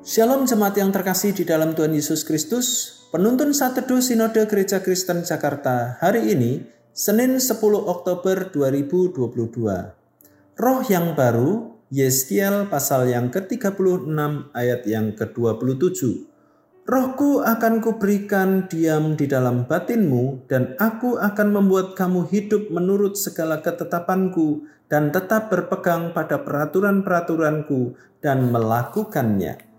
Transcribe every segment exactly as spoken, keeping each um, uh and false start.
Shalom jemaat yang terkasih di dalam Tuhan Yesus Kristus. Penuntun Saat Teduh Sinode Gereja Kristen Jakarta hari ini, Senin sepuluh Oktober dua ribu dua puluh dua. Roh yang baru, Yeskiel pasal yang ke tiga puluh enam ayat yang ke dua puluh tujuh. Rohku akan kuberikan diam di dalam batinmu, dan aku akan membuat kamu hidup menurut segala ketetapanku, dan tetap berpegang pada peraturan-peraturanku, dan melakukannya.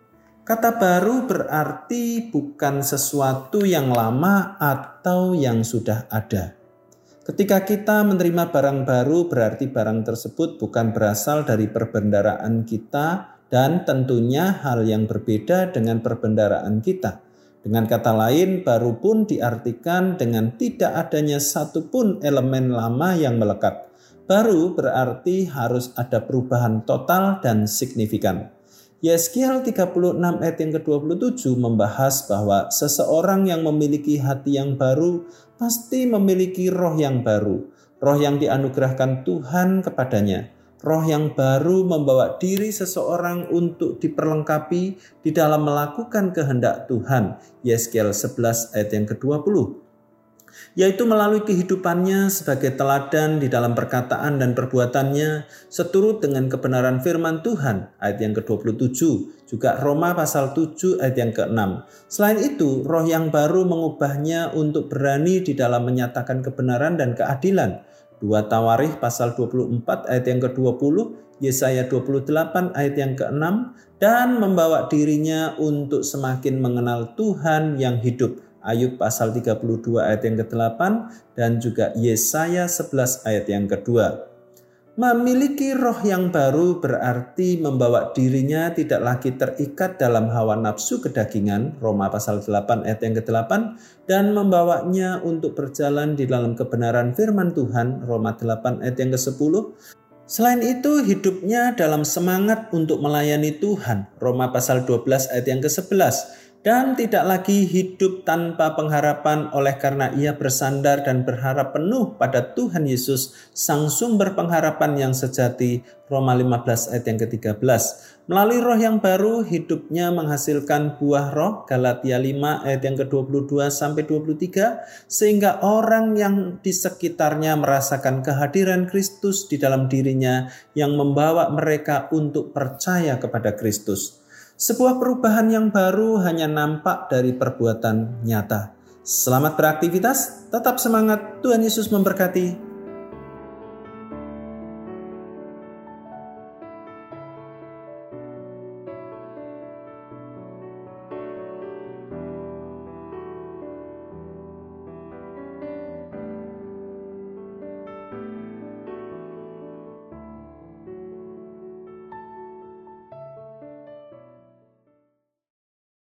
Kata baru berarti bukan sesuatu yang lama atau yang sudah ada. Ketika kita menerima barang baru, berarti barang tersebut bukan berasal dari perbendaharaan kita dan tentunya hal yang berbeda dengan perbendaharaan kita. Dengan kata lain, baru pun diartikan dengan tidak adanya satupun elemen lama yang melekat. Baru berarti harus ada perubahan total dan signifikan. Yeskiel tiga puluh enam ayat yang ke dua puluh tujuh membahas bahwa seseorang yang memiliki hati yang baru pasti memiliki roh yang baru, roh yang dianugerahkan Tuhan kepadanya. Roh yang baru membawa diri seseorang untuk diperlengkapi di dalam melakukan kehendak Tuhan. Yeskiel sebelas ayat yang ke dua puluh. Yaitu melalui kehidupannya sebagai teladan di dalam perkataan dan perbuatannya seturut dengan kebenaran firman Tuhan, ayat yang ke dua puluh tujuh, juga Roma pasal tujuh ayat yang ke enam. Selain itu, roh yang baru mengubahnya untuk berani di dalam menyatakan kebenaran dan keadilan. dua Tawarikh pasal dua puluh empat ayat yang ke dua puluh, Yesaya dua puluh delapan ayat yang ke enam, dan membawa dirinya untuk semakin mengenal Tuhan yang hidup. Ayub pasal tiga puluh dua ayat yang ke delapan dan juga Yesaya sebelas ayat yang kedua. Memiliki roh yang baru berarti membawa dirinya tidak lagi terikat dalam hawa nafsu kedagingan, Roma pasal delapan ayat yang ke delapan, dan membawanya untuk berjalan di dalam kebenaran firman Tuhan, Roma delapan ayat yang ke sepuluh. Selain itu, hidupnya dalam semangat untuk melayani Tuhan, Roma pasal dua belas ayat yang ke sebelas. Dan tidak lagi hidup tanpa pengharapan oleh karena ia bersandar dan berharap penuh pada Tuhan Yesus, sang sumber pengharapan yang sejati, Roma lima belas ayat yang ke tiga belas. Melalui roh yang baru, hidupnya menghasilkan buah roh, Galatia lima ayat yang ke dua puluh dua sampai dua puluh tiga, sehingga orang yang di sekitarnya merasakan kehadiran Kristus di dalam dirinya yang membawa mereka untuk percaya kepada Kristus. Sebuah perubahan yang baru hanya nampak dari perbuatan nyata. Selamat beraktivitas, tetap semangat, Tuhan Yesus memberkati.